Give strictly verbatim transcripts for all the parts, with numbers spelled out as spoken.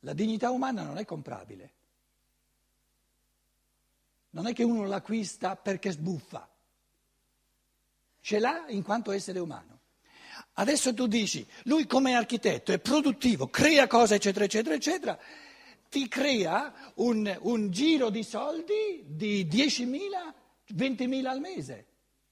La dignità umana non è comprabile. Non è che uno l'acquista perché sbuffa. Ce l'ha in quanto essere umano. Adesso tu dici, lui come architetto è produttivo, crea cose eccetera eccetera eccetera, ti crea un, un giro di soldi di diecimila, ventimila al mese.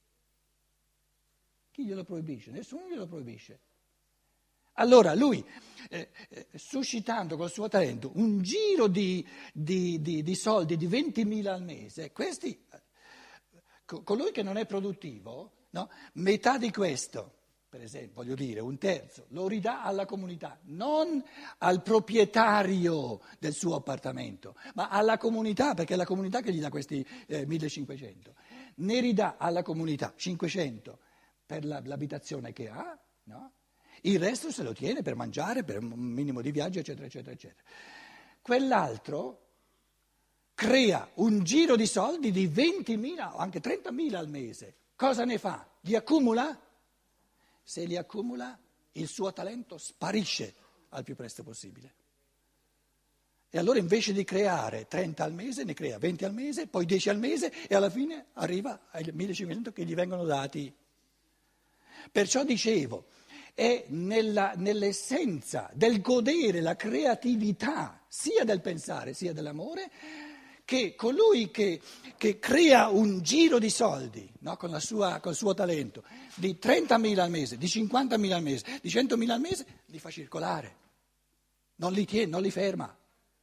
Chi glielo proibisce? Nessuno glielo proibisce. Allora lui, eh, eh, suscitando col suo talento un giro di, di, di, di soldi di ventimila al mese, questi, co- colui che non è produttivo, no? Metà di questo, per esempio, voglio dire, un terzo, lo ridà alla comunità, non al proprietario del suo appartamento, ma alla comunità, perché è la comunità che gli dà questi eh, millecinquecento. Ne ridà alla comunità cinquecento per la, l'abitazione che ha, no? Il resto se lo tiene per mangiare, per un minimo di viaggio, eccetera, eccetera, eccetera. Quell'altro crea un giro di soldi di ventimila o anche trentamila al mese. Cosa ne fa? Li accumula? Se li accumula, il suo talento sparisce al più presto possibile. E allora invece di creare trenta al mese, ne crea venti al mese, poi dieci al mese e alla fine arriva ai millecinquecento che gli vengono dati. Perciò dicevo, è nella, nell'essenza del godere la creatività sia del pensare sia dell'amore che colui che, che crea un giro di soldi, no, con la sua, col suo talento di trentamila al mese, di cinquantamila al mese, di centomila al mese, li fa circolare, non li tiene, non li ferma.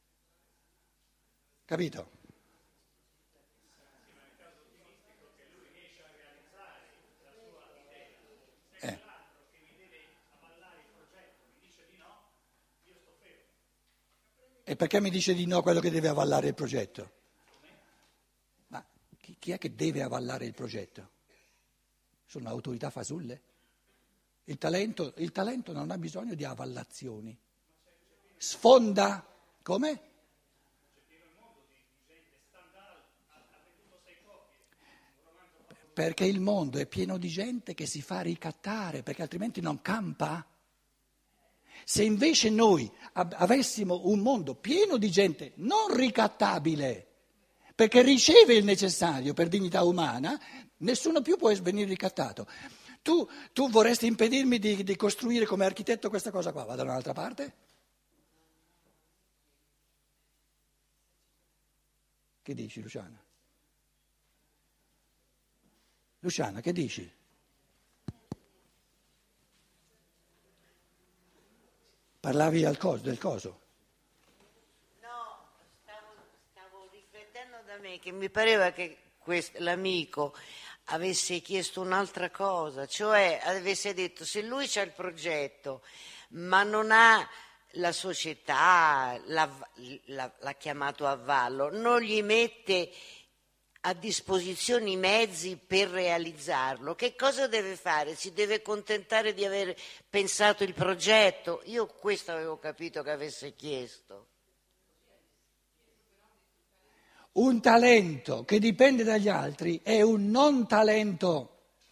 Capito? Eh. E perché mi dice di no quello che deve avallare il progetto? Ma chi, chi è che deve avallare il progetto? Sono autorità fasulle? Il talento, il talento non ha bisogno di avallazioni. Sfonda. Come? Perché il mondo è pieno di gente che si fa ricattare, perché altrimenti non campa. Se invece noi avessimo un mondo pieno di gente non ricattabile, perché riceve il necessario per dignità umana, nessuno più può venire ricattato. Tu, tu vorresti impedirmi di, di costruire come architetto questa cosa qua, vado da un'altra parte? Che dici, Luciana? Luciana, che dici? Parlavi al coso, del coso? No, stavo, stavo riflettendo da me che mi pareva che quest, l'amico avesse chiesto un'altra cosa, cioè avesse detto se lui c'ha il progetto ma non ha la società, l'ha, l'ha, l'ha chiamato avvallo, non gli mette a disposizione i mezzi per realizzarlo, che cosa deve fare? Si deve accontentare di aver pensato il progetto? Io questo avevo capito che avesse chiesto. Un talento che dipende dagli altri è un non talento.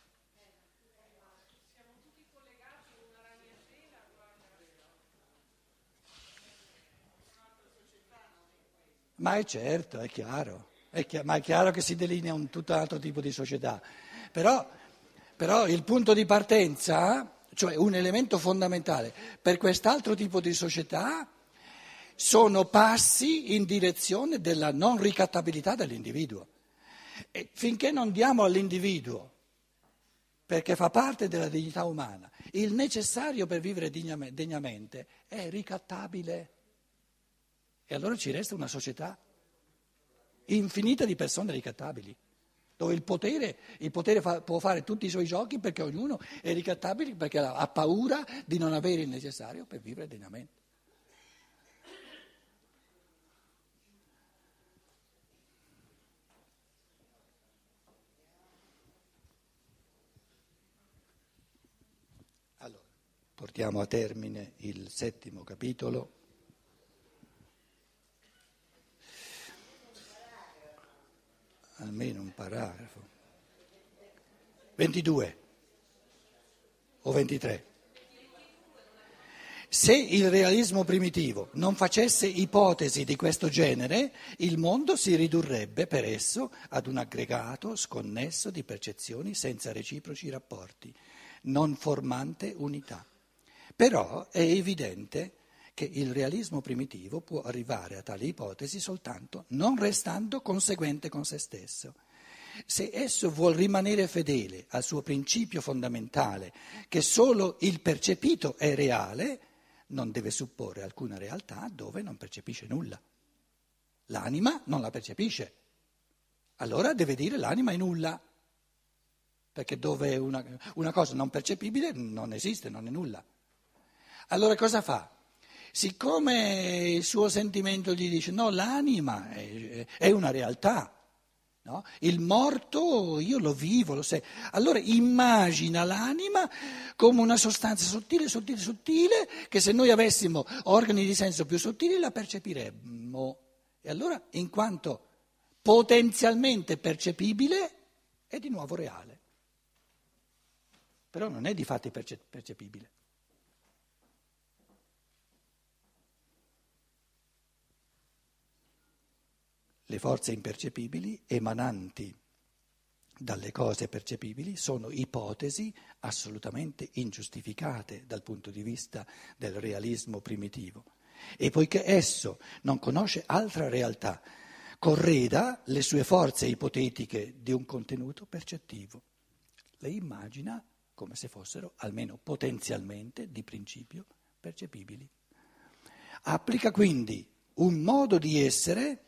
Ma è certo, è chiaro. È chiaro, ma è chiaro che si delinea un tutto altro tipo di società, però, però il punto di partenza, cioè un elemento fondamentale per quest'altro tipo di società, sono passi in direzione della non ricattabilità dell'individuo. E finché non diamo all'individuo, perché fa parte della dignità umana, il necessario per vivere degnamente, è ricattabile. E allora ci resta una società infinita di persone ricattabili, dove il potere, il potere fa, può fare tutti i suoi giochi perché ognuno è ricattabile, perché ha paura di non avere il necessario per vivere degnamente. Allora, portiamo a termine il settimo capitolo. Almeno un paragrafo. ventidue o ventitré. Se il realismo primitivo non facesse ipotesi di questo genere, il mondo si ridurrebbe per esso ad un aggregato sconnesso di percezioni senza reciproci rapporti, non formante unità. Però è evidente che il realismo primitivo può arrivare a tali ipotesi soltanto non restando conseguente con se stesso. Se esso vuol rimanere fedele al suo principio fondamentale, che solo il percepito è reale, non deve supporre alcuna realtà dove non percepisce nulla. L'anima non la percepisce, allora deve dire l'anima è nulla, perché dove una, una cosa non percepibile non esiste, non è nulla. Allora cosa fa? Siccome il suo sentimento gli dice no, l'anima è, è una realtà, no? Il morto io lo vivo, lo so. Allora immagina l'anima come una sostanza sottile, sottile, sottile, che se noi avessimo organi di senso più sottili la percepiremmo. E allora, in quanto potenzialmente percepibile, è di nuovo reale. Però non è di fatti perce- percepibile. Le forze impercepibili emananti dalle cose percepibili sono ipotesi assolutamente ingiustificate dal punto di vista del realismo primitivo. E poiché esso non conosce altra realtà, correda le sue forze ipotetiche di un contenuto percettivo. Le immagina come se fossero, almeno potenzialmente, di principio percepibili. Applica quindi un modo di essere,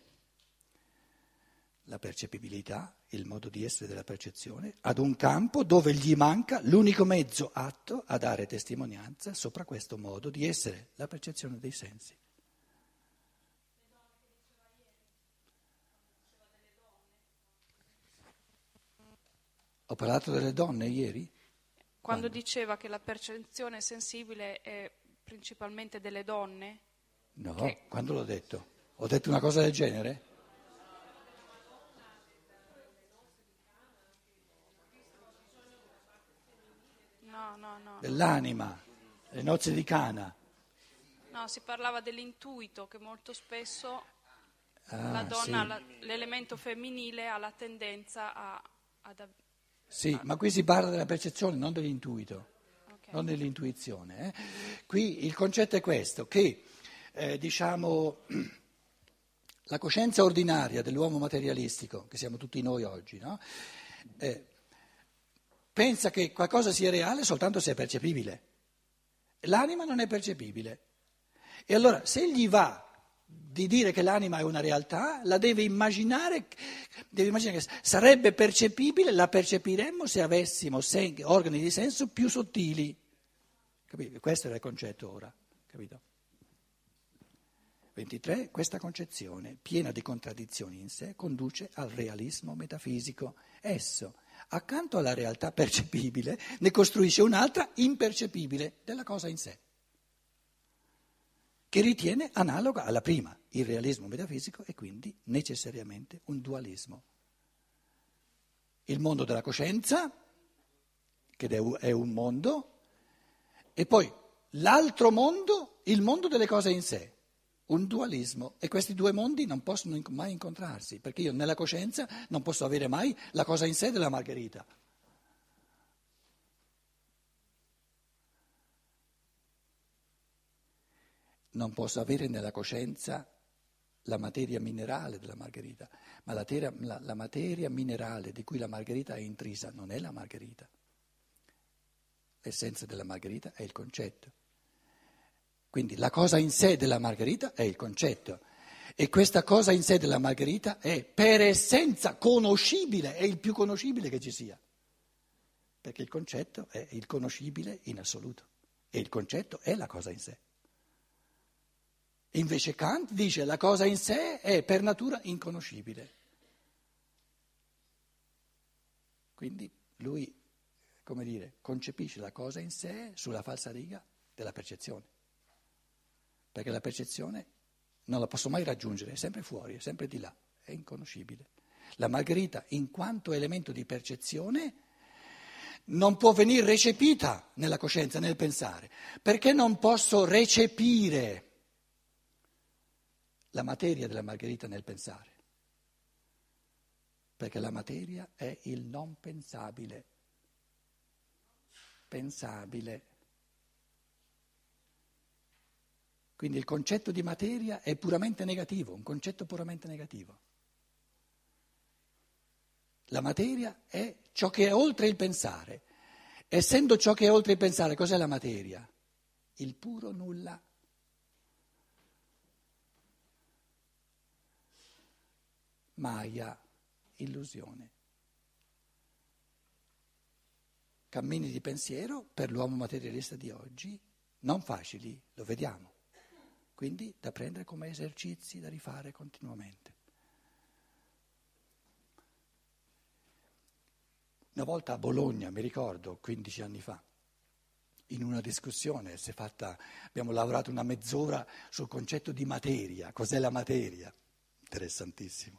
la percepibilità, il modo di essere della percezione, ad un campo dove gli manca l'unico mezzo atto a dare testimonianza sopra questo modo di essere, la percezione dei sensi. Ho parlato delle donne ieri? Quando Quando? diceva che la percezione sensibile è principalmente delle donne? No, Che- quando l'ho detto? Ho detto una cosa del genere? No, no, no. Dell'anima, le nozze di Cana. No, si parlava dell'intuito, che molto spesso Ah, la donna, sì. la- l'elemento femminile ha la tendenza a, ad... av- Sì, ma qui si parla della percezione, non dell'intuito, ok. non dell'intuizione. eh. Qui il concetto è questo, che eh, diciamo la coscienza ordinaria dell'uomo materialistico, che siamo tutti noi oggi, no? Eh, pensa che qualcosa sia reale soltanto se è percepibile. L'anima non è percepibile. E allora se gli va di dire che l'anima è una realtà, la deve immaginare, deve immaginare che sarebbe percepibile, la percepiremmo se avessimo sen- organi di senso più sottili. Capito? Questo era il concetto ora, capito? ventitré. Questa concezione, piena di contraddizioni in sé, conduce al realismo metafisico. Esso, accanto alla realtà percepibile, ne costruisce un'altra impercepibile della cosa in sé, che ritiene analoga alla prima. Il realismo metafisico è quindi necessariamente un dualismo. Il mondo della coscienza, che è un mondo, e poi l'altro mondo, il mondo delle cose in sé. Un dualismo, e questi due mondi non possono mai incontrarsi, perché io nella coscienza non posso avere mai la cosa in sé della margherita. Non posso avere nella coscienza la materia minerale della margherita, ma la, tera, la, la materia minerale di cui la margherita è intrisa non è la margherita. L'essenza della margherita è il concetto. Quindi la cosa in sé della margherita è il concetto, e questa cosa in sé della margherita è per essenza conoscibile, è il più conoscibile che ci sia, perché il concetto è il conoscibile in assoluto e il concetto è la cosa in sé. Invece Kant dice la cosa in sé è per natura inconoscibile. Quindi lui, come dire, concepisce la cosa in sé sulla falsariga della percezione. Perché la percezione non la posso mai raggiungere, è sempre fuori, è sempre di là, è inconoscibile. La margherita, in quanto elemento di percezione, non può venire recepita nella coscienza, nel pensare, perché non posso recepire la materia della margherita nel pensare, perché la materia è il non pensabile, pensabile. Quindi il concetto di materia è puramente negativo, un concetto puramente negativo. La materia è ciò che è oltre il pensare. Essendo ciò che è oltre il pensare, cos'è la materia? Il puro nulla. Maya, illusione. Cammini di pensiero per l'uomo materialista di oggi, non facili, lo vediamo. Quindi da prendere come esercizi da rifare continuamente. Una volta a Bologna, mi ricordo, quindici anni fa, in una discussione si è fatta, abbiamo lavorato una mezz'ora sul concetto di materia, cos'è la materia? Interessantissimo.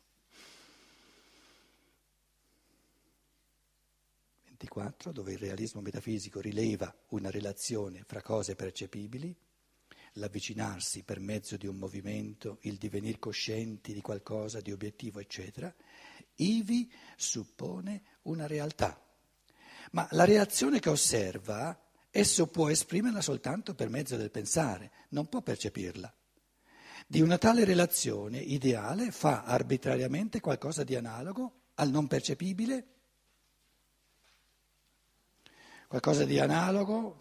ventiquattro, dove il realismo metafisico rileva una relazione fra cose percepibili, l'avvicinarsi per mezzo di un movimento, il divenir coscienti di qualcosa, di obiettivo, eccetera, ivi suppone una realtà. Ma la reazione che osserva, esso può esprimerla soltanto per mezzo del pensare, non può percepirla. Di una tale relazione ideale fa arbitrariamente qualcosa di analogo al non percepibile, qualcosa di analogo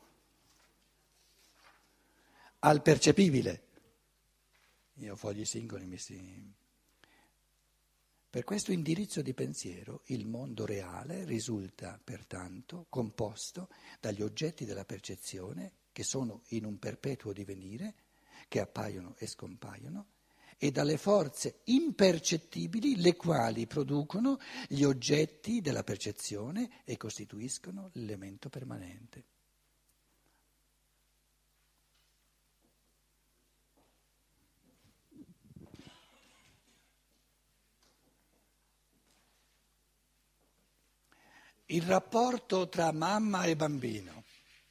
al percepibile. Io ho fogli singoli, mi si... Per questo indirizzo di pensiero il mondo reale risulta pertanto composto dagli oggetti della percezione che sono in un perpetuo divenire, che appaiono e scompaiono, e dalle forze impercettibili le quali producono gli oggetti della percezione e costituiscono l'elemento permanente. Il rapporto tra mamma e bambino.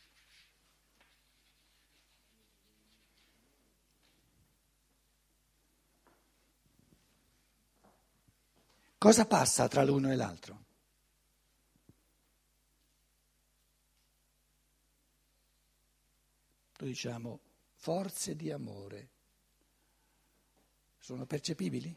Cosa passa tra l'uno e l'altro? Lo diciamo, forze di amore. Sono percepibili?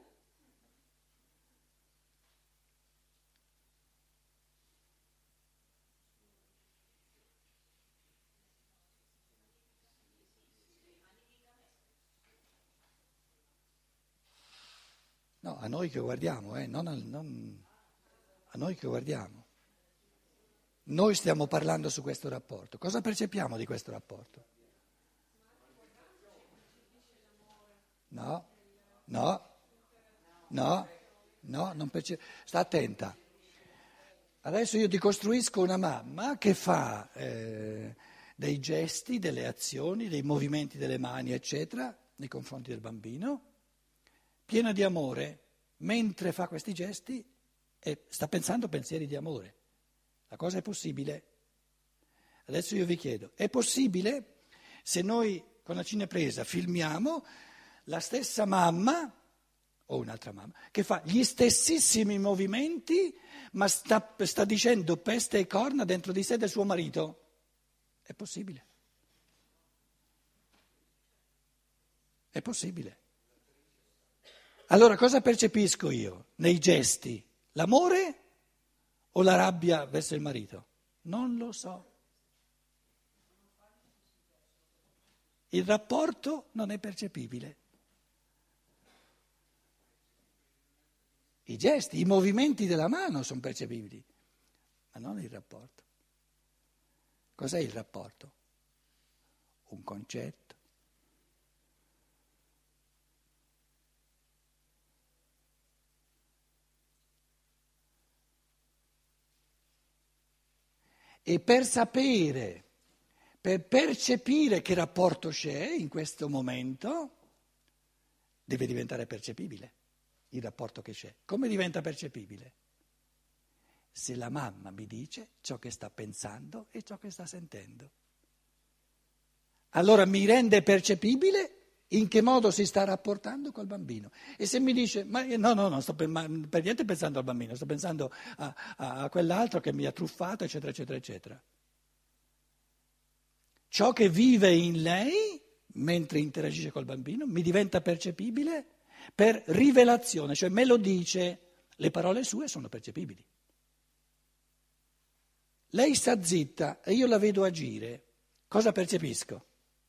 No, a noi che guardiamo, eh, non, a, non a noi che guardiamo. Noi stiamo parlando su questo rapporto. Cosa percepiamo di questo rapporto? No, no, no, no, non perce- sta attenta. Adesso io ti costruisco una mamma che fa eh, dei gesti, delle azioni, dei movimenti delle mani, eccetera, nei confronti del bambino, piena di amore, mentre fa questi gesti e sta pensando pensieri di amore. La cosa è possibile? Adesso io vi chiedo, è possibile se noi con la cinepresa filmiamo la stessa mamma o un'altra mamma che fa gli stessissimi movimenti ma sta, sta dicendo peste e corna dentro di sé del suo marito? È possibile? È possibile. Allora cosa percepisco io nei gesti? L'amore o la rabbia verso il marito? Non lo so. Il rapporto non è percepibile. I gesti, i movimenti della mano sono percepibili, ma non il rapporto. Cos'è il rapporto? Un concetto. E per sapere, per percepire che rapporto c'è in questo momento, deve diventare percepibile il rapporto che c'è. Come diventa percepibile? se la mamma mi dice ciò che sta pensando e ciò che sta sentendo. Allora mi rende percepibile in che modo si sta rapportando col bambino. E se mi dice, ma no, no, non sto per, ma, per niente pensando al bambino, sto pensando a, a, a quell'altro che mi ha truffato, eccetera, eccetera, eccetera. Ciò che vive in lei, mentre interagisce col bambino, mi diventa percepibile per rivelazione, cioè me lo dice, le parole sue sono percepibili. Lei sta zitta e io la vedo agire, cosa percepisco?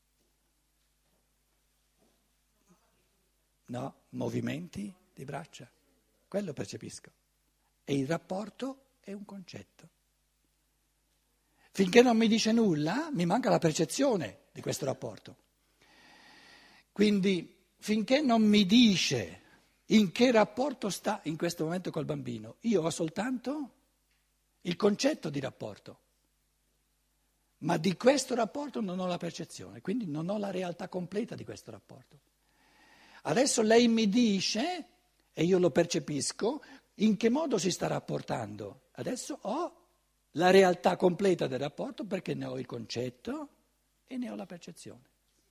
No, movimenti di braccia, quello percepisco. E il rapporto è un concetto. Finché non mi dice nulla, mi manca la percezione di questo rapporto. Quindi, finché non mi dice in che rapporto sta in questo momento col bambino, io ho soltanto il concetto di rapporto, ma di questo rapporto non ho la percezione, quindi non ho la realtà completa di questo rapporto. Adesso lei mi dice, e io lo percepisco, in che modo si sta rapportando. Adesso ho la realtà completa del rapporto perché ne ho il concetto e ne ho la percezione.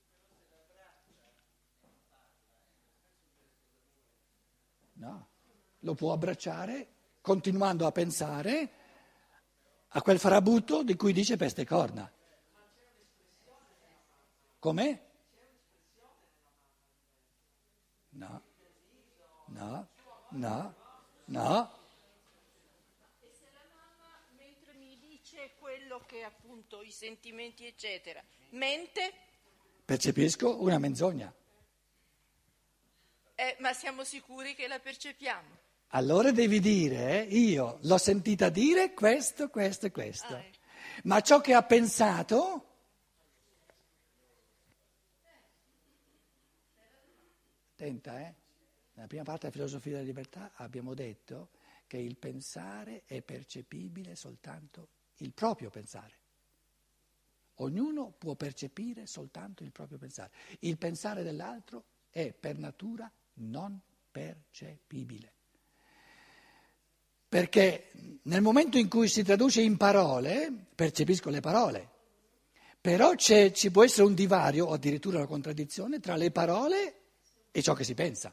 No, lo può abbracciare continuando a pensare a quel farabutto di cui dice peste e corna. Com'è? No, no, no, no. E se la mamma, mentre mi dice quello che appunto i sentimenti eccetera, mente? Percepisco una menzogna. Eh, ma siamo sicuri che la percepiamo? Allora devi dire, eh, io l'ho sentita dire questo, questo e questo. Ah, ecco. Ma ciò che ha pensato... Attenta, eh? Nella prima parte della filosofia della libertà abbiamo detto che il pensare è percepibile soltanto il proprio pensare. Ognuno può percepire soltanto il proprio pensare. Il pensare dell'altro è per natura non percepibile. Perché nel momento in cui si traduce in parole, percepisco le parole, però c'è, ci può essere un divario o addirittura una contraddizione tra le parole e ciò che si pensa.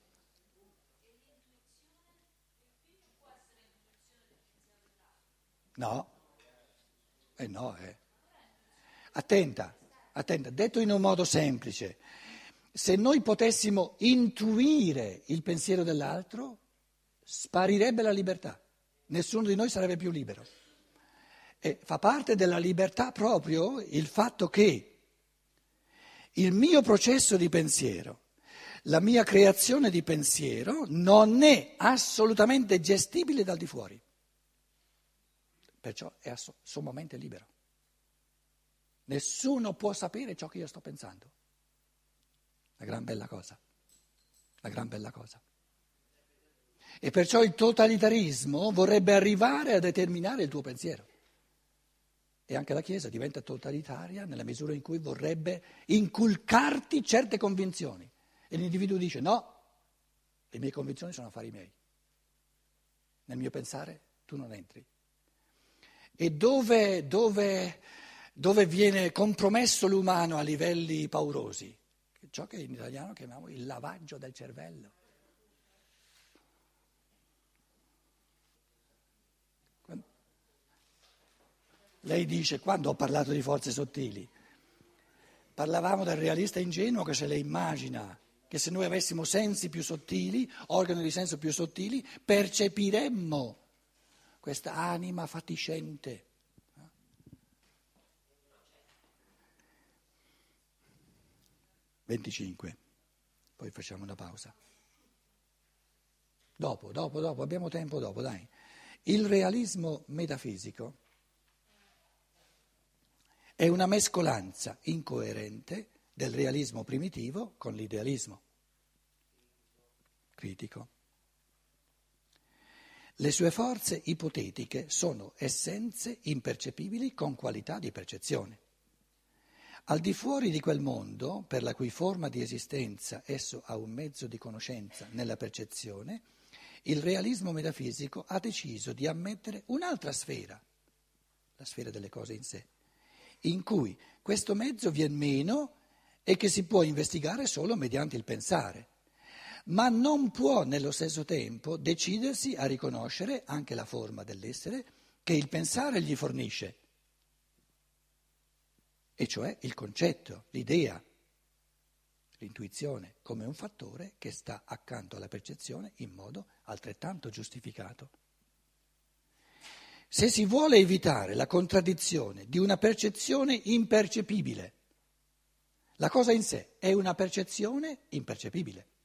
No, eh no, eh. Attenta, attenta, detto in un modo semplice, se noi potessimo intuire il pensiero dell'altro, sparirebbe la libertà, nessuno di noi sarebbe più libero. E fa parte della libertà proprio il fatto che il mio processo di pensiero, la mia creazione di pensiero non è assolutamente gestibile dal di fuori, perciò è ass- sommamente libero. Nessuno può sapere ciò che io sto pensando. La gran bella cosa, la gran bella cosa. E perciò il totalitarismo vorrebbe arrivare a determinare il tuo pensiero. E anche la Chiesa diventa totalitaria nella misura in cui vorrebbe inculcarti certe convinzioni. E l'individuo dice no, le mie convinzioni sono affari miei. Nel mio pensare tu non entri. E dove, dove, dove viene compromesso l'umano a livelli paurosi? Ciò che in italiano chiamiamo il lavaggio del cervello. Lei dice, quando ho parlato di forze sottili, parlavamo del realista ingenuo che se le immagina che se noi avessimo sensi più sottili, organi di senso più sottili, percepiremmo questa anima fatiscente. venticinque, poi facciamo una pausa. Dopo, dopo, dopo, abbiamo tempo dopo, dai. Il realismo metafisico è una mescolanza incoerente del realismo primitivo con l'idealismo critico. Le sue forze ipotetiche sono essenze impercepibili con qualità di percezione. Al di fuori di quel mondo, per la cui forma di esistenza esso ha un mezzo di conoscenza nella percezione, il realismo metafisico ha deciso di ammettere un'altra sfera, la sfera delle cose in sé, in cui questo mezzo viene meno e che si può investigare solo mediante il pensare, ma non può nello stesso tempo decidersi a riconoscere anche la forma dell'essere che il pensare gli fornisce, e cioè il concetto, l'idea, l'intuizione come un fattore che sta accanto alla percezione in modo altrettanto giustificato. Se si vuole evitare la contraddizione di una percezione impercepibile, la cosa in sé è una percezione impercepibile.